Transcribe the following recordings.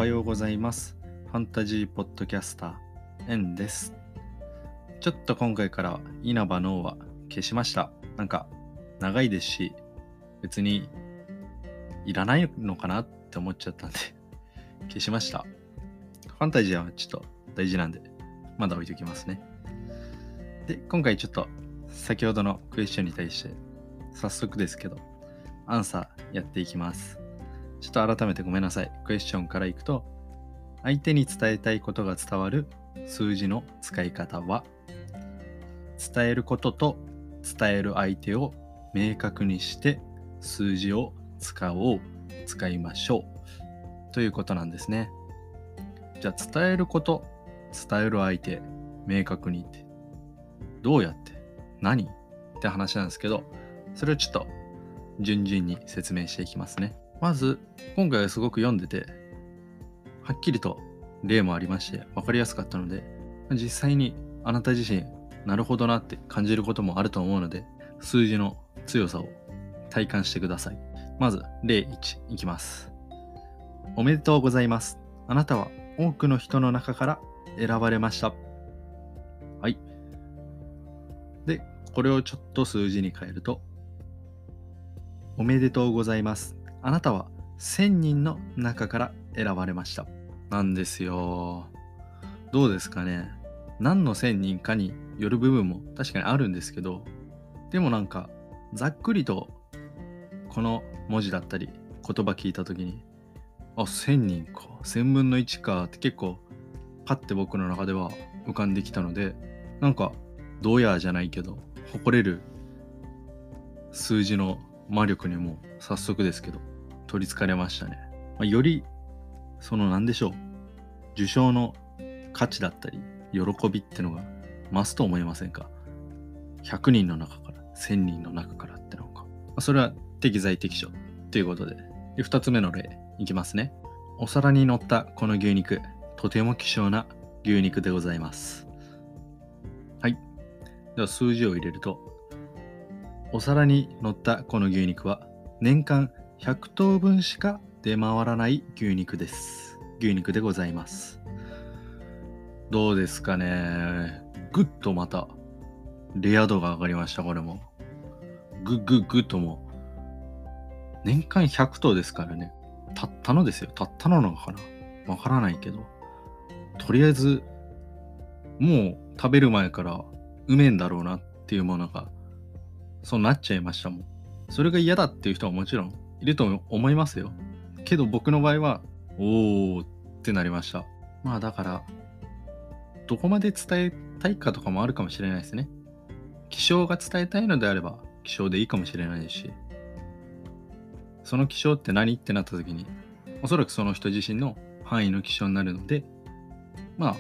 はようございます。ファンタジーポッドキャスター、エンです。ちょっと今回から稲葉のは消しました。なんか長いですし、別にいらないのかなって思っちゃったんで消しました。ファンタジーはちょっと大事なんで、まだ置いておきますね。で、今回ちょっと先ほどのクエスチョンに対して早速ですけど、アンサーやっていきます。ちょっと改めてごめんなさい。クエスチョンからいくと、相手に伝えたいことが伝わる数字の使い方は、伝えることと伝える相手を明確にして数字を使いましょうということなんですね。じゃあ伝えること、伝える相手、明確にってどうやって何って話なんですけど、それをちょっと順々に説明していきますね。まず今回はすごく読んでてはっきりと例もありまして分かりやすかったので、実際にあなた自身なるほどなって感じることもあると思うので、数字の強さを体感してください。まず例1いきます。おめでとうございます。あなたは多くの人の中から選ばれました。はい。で、これをちょっと数字に変えると、おめでとうございます。あなたは1000人の中から選ばれました。なんですよ。どうですかね。何の1000人かによる部分も確かにあるんですけど、でもなんかざっくりとこの文字だったり言葉聞いた時に、あ、1000人か、1000分の1かって結構パッて僕の中では浮かんできたので、なんかどうやじゃないけど誇れる数字の魔力にも早速ですけど取り憑かれましたね。よりその何でしょう、受賞の価値だったり喜びってのが増すと思いませんか。100人の中から1000人の中からってのか、それは適材適所ということで、2つ目の例いきますね。お皿に乗ったこの牛肉、とても希少な牛肉でございます。はい。では数字を入れると、お皿に乗ったこの牛肉は年間100頭分しか出回らない牛肉です。牛肉でございます。どうですかね。ぐっとまたレア度が上がりました。これもぐっともう年間100頭ですからね。たったのですよ。たったのなのかな、わからないけど、とりあえずもう食べる前からうめえんだろうなっていうものがそうなっちゃいましたもん。それが嫌だっていう人はもちろんいると思いますよ。けど僕の場合はおーってなりました。まあだからどこまで伝えたいかとかもあるかもしれないですね。気象が伝えたいのであれば気象でいいかもしれないですし、その気象って何ってなった時におそらくその人自身の範囲の気象になるので、ま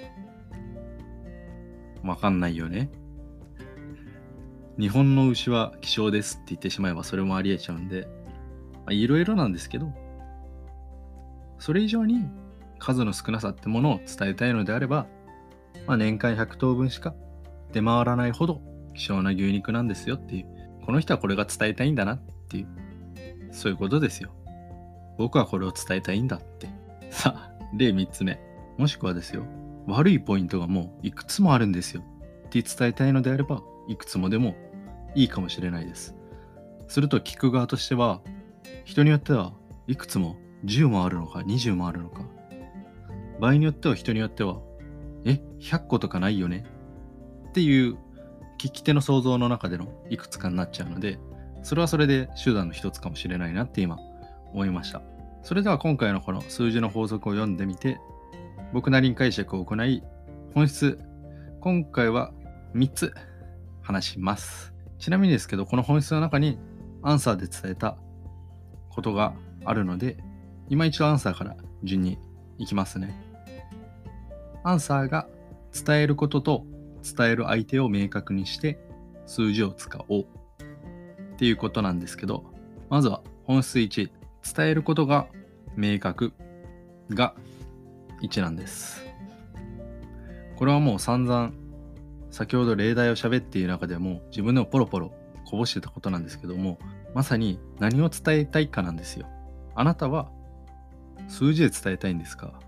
あわかんないよね。日本の牛は希少ですって言ってしまえばそれもありえちゃうんで、いろいろなんですけど、それ以上に数の少なさってものを伝えたいのであれば、年間100頭分しか出回らないほど希少な牛肉なんですよっていう、この人はこれが伝えたいんだなっていう、そういうことですよ。僕はこれを伝えたいんだって。さあ、例3つ目。もしくはですよ、悪いポイントがもういくつもあるんですよって伝えたいのであれば、いくつもでもいいかもしれないです。すると聞く側としては、人によってはいくつも10もあるのか20もあるのか、場合によっては人によっては100個とかないよねっていう聞き手の想像の中でのいくつかになっちゃうので、それはそれで手段の一つかもしれないなって今思いました。それでは今回のこの数字の法則を読んでみて、僕なりに解釈を行い、本質、今回は3つ話します。ちなみにですけど、この本質の中にアンサーで伝えたことがあるので、今一度アンサーから順にいきますね。アンサーが伝えることと伝える相手を明確にして数字を使おうっていうことなんですけど、まずは本質1、伝えることが明確が1なんです。これはもう散々先ほど例題を喋っている中でも自分でもポロポロこぼしてたことなんですけども、まさに何を伝えたいかなんですよ。あなたは数字で伝えたいんですか、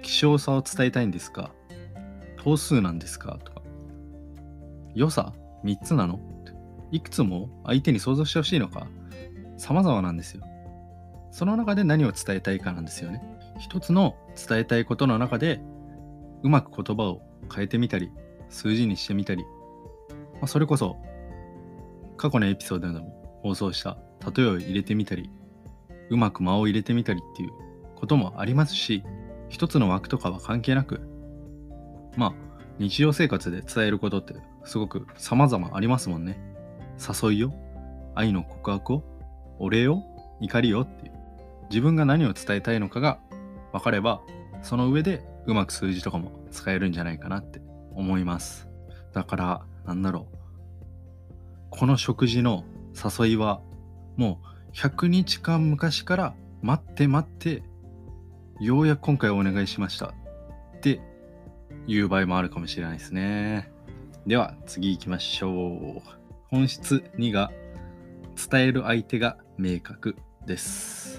希少さを伝えたいんですか、頭数なんですかとか、良さ3つなの、いくつも相手に想像してほしいのか、様々なんですよ。その中で何を伝えたいかなんですよね。一つの伝えたいことの中でうまく言葉を変えてみたり、数字にしてみたり、それこそ過去のエピソードでも放送した例えを入れてみたり、うまく間を入れてみたりっていうこともありますし、一つの枠とかは関係なく、日常生活で伝えることってすごく様々ありますもんね。誘いを、愛の告白を、お礼を、怒りをっていう、自分が何を伝えたいのかが分かれば、その上でうまく数字とかも使えるんじゃないかなって思います。だからこの食事の誘いはもう100日間昔から待ってようやく今回お願いしましたっていう場合もあるかもしれないですね。では次行きましょう。本質2が伝える相手が明確です。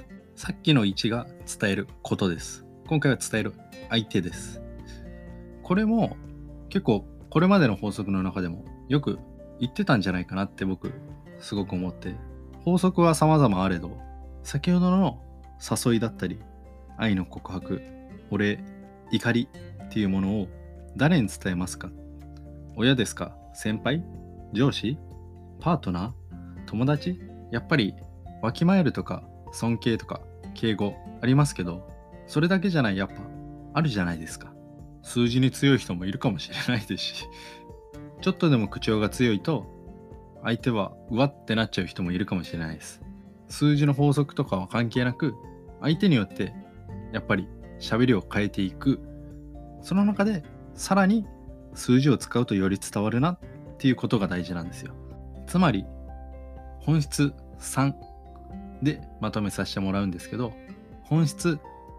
さっきの1が伝えることです。今回は伝える相手です。これも結構これまでの法則の中でもよく言ってたんじゃないかなって僕すごく思って、法則は様々あれど、先ほどの誘いだったり愛の告白、お礼、怒りっていうものを誰に伝えますか？親ですか？先輩？上司？パートナー？友達？やっぱりわきまえるとか尊敬とか敬語ありますけど、それだけじゃない、やっぱあるじゃないですか。数字に強い人もいるかもしれないですし、ちょっとでも口調が強いと相手はうわってなっちゃう人もいるかもしれないです。数字の法則とかは関係なく、相手によってやっぱり喋りを変えていく。その中でさらに数字を使うとより伝わるなっていうことが大事なんですよ。つまり本質3でまとめさせてもらうんですけど、本質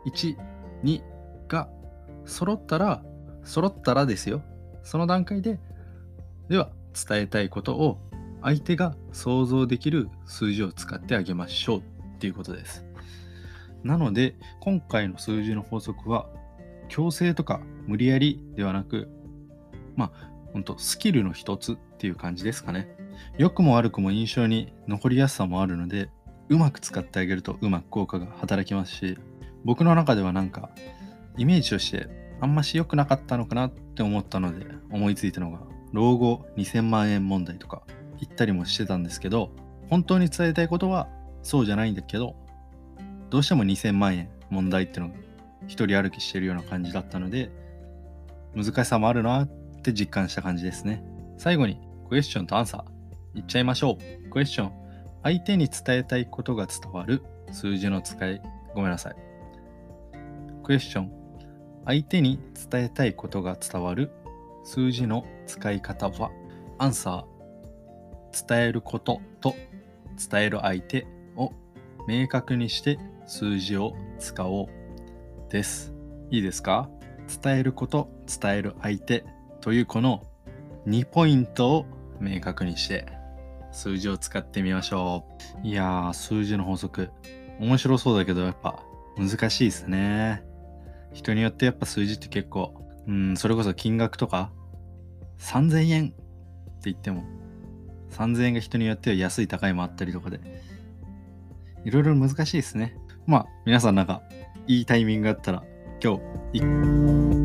1、2が揃ったらですよ。その段階では伝えたいことを相手が想像できる数字を使ってあげましょうっていうことです。なので今回の数字の法則は強制とか無理やりではなく、本当スキルの一つっていう感じですかね。良くも悪くも印象に残りやすさもあるので、うまく使ってあげるとうまく効果が働きますし、僕の中ではイメージとしてあんまし良くなかったのかなって思ったので思いついたのが、老後2000万円問題とか言ったりもしてたんですけど、本当に伝えたいことはそうじゃないんだけど、どうしても2000万円問題ってのが一人歩きしてるような感じだったので、難しさもあるなって実感した感じですね。最後にクエスチョンとアンサーいっちゃいましょう。クエスチョン、相手に伝えたいことが伝わる数字の使い、ごめんなさい。クエスチョン、相手に伝えたいことが伝わる数字の使い方は？アンサー、伝えることと伝える相手を明確にして数字を使おうです。いいですか？伝えること、伝える相手というこの2ポイントを明確にして数字を使ってみましょう。いやー、数字の法則面白そうだけどやっぱ難しいですね。人によってやっぱ数字って結構それこそ金額とか3000円って言っても3000円が人によっては安い高いもあったりとかでいろいろ難しいですね。皆さんいいタイミングがあったら今日